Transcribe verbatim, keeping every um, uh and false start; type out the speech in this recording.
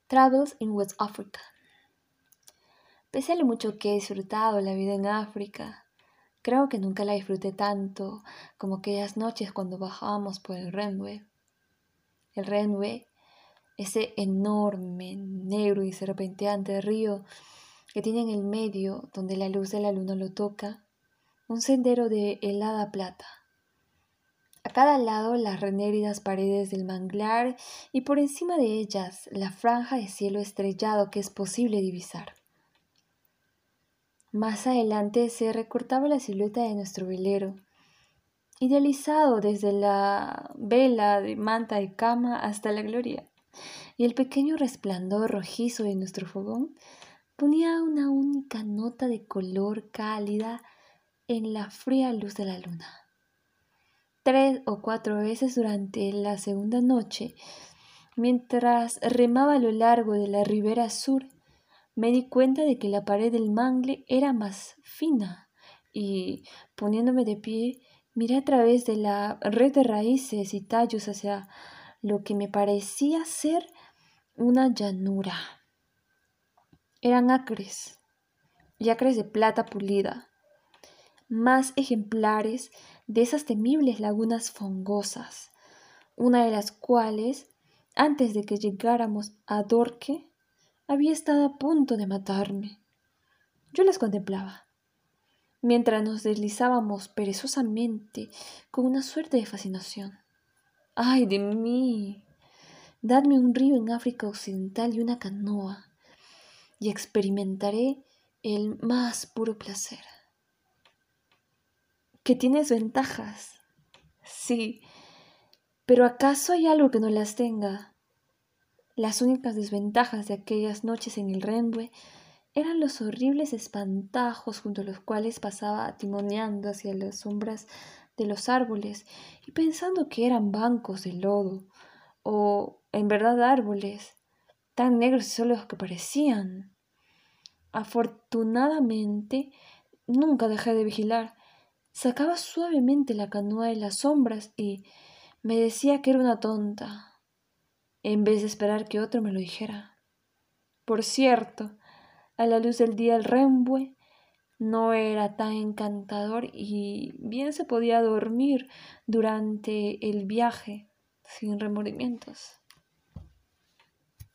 Travels in West Africa. Pese a lo mucho que he disfrutado la vida en África, creo que nunca la disfruté tanto como aquellas noches cuando bajábamos por el Renwe. El Renwe, ese enorme, negro y serpenteante río que tiene en el medio, donde la luz de la luna lo toca, un sendero de helada plata. A cada lado las renéridas paredes del manglar y por encima de ellas la franja de cielo estrellado que es posible divisar. Más adelante se recortaba la silueta de nuestro velero, idealizado desde la vela de manta y cama hasta la gloria, y el pequeño resplandor rojizo de nuestro fogón ponía una única nota de color cálida en la fría luz de la luna. Tres o cuatro veces durante la segunda noche, mientras remaba a lo largo de la ribera sur, me di cuenta de que la pared del mangle era más fina y, poniéndome de pie, miré a través de la red de raíces y tallos hacia lo que me parecía ser una llanura. Eran acres, y acres de plata pulida, más ejemplares de esas temibles lagunas fongosas, una de las cuales, antes de que llegáramos a Dorque, había estado a punto de matarme. Yo las contemplaba, mientras nos deslizábamos perezosamente con una suerte de fascinación. ¡Ay de mí! Dadme un río en África Occidental y una canoa, y experimentaré el más puro placer. ¿Que tienes ventajas? Sí, pero ¿acaso hay algo que no las tenga? Las únicas desventajas de aquellas noches en el Renwe eran los horribles espantajos junto a los cuales pasaba timoneando hacia las sombras de los árboles y pensando que eran bancos de lodo, o en verdad árboles, tan negros y solos que parecían. Afortunadamente, nunca dejé de vigilar. Sacaba suavemente la canoa de las sombras y me decía que era una tonta, en vez de esperar que otro me lo dijera. Por cierto, a la luz del día el Renwe no era tan encantador y bien se podía dormir durante el viaje sin remordimientos.